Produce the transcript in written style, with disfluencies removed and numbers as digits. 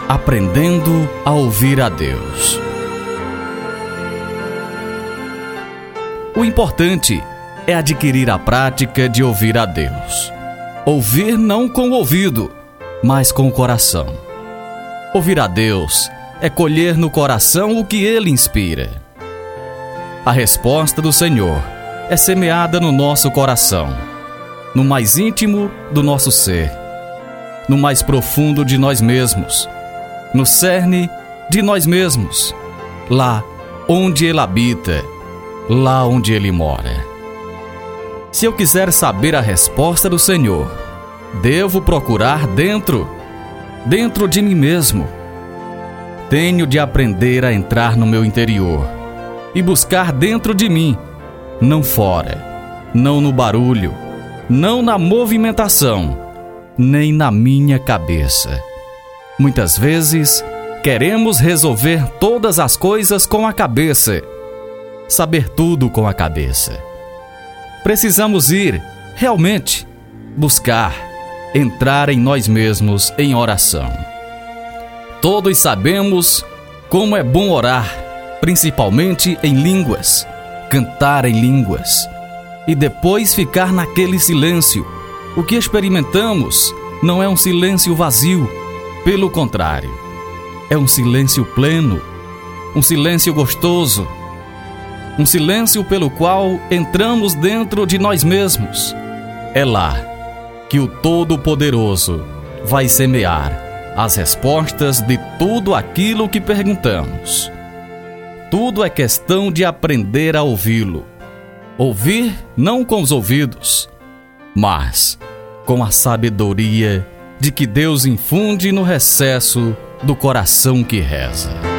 Aprendendo a ouvir a Deus. O importante é adquirir a prática de ouvir a Deus. Ouvir não com o ouvido, mas com o coração. Ouvir a Deus é colher no coração o que Ele inspira. A resposta do Senhor é semeada no nosso coração, no mais íntimo do nosso ser, no mais profundo de nós mesmos, no cerne de nós mesmos, lá onde Ele habita, lá onde Ele mora. Se eu quiser saber a resposta do Senhor, devo procurar dentro de mim mesmo. Tenho de aprender a entrar no meu interior e buscar dentro de mim, não fora, não no barulho, não na movimentação, nem na minha cabeça. Muitas vezes, queremos resolver todas as coisas com a cabeça, saber tudo com a cabeça. Precisamos ir, realmente, buscar, entrar em nós mesmos em oração. Todos sabemos como é bom orar, principalmente em línguas, cantar em línguas, e depois ficar naquele silêncio. O que experimentamos não é um silêncio vazio, pelo contrário, é um silêncio pleno, um silêncio gostoso, um silêncio pelo qual entramos dentro de nós mesmos. É lá que o Todo-Poderoso vai semear as respostas de tudo aquilo que perguntamos. Tudo é questão de aprender a ouvi-lo. Ouvir não com os ouvidos, mas com a sabedoria de que Deus infunde no recesso do coração que reza.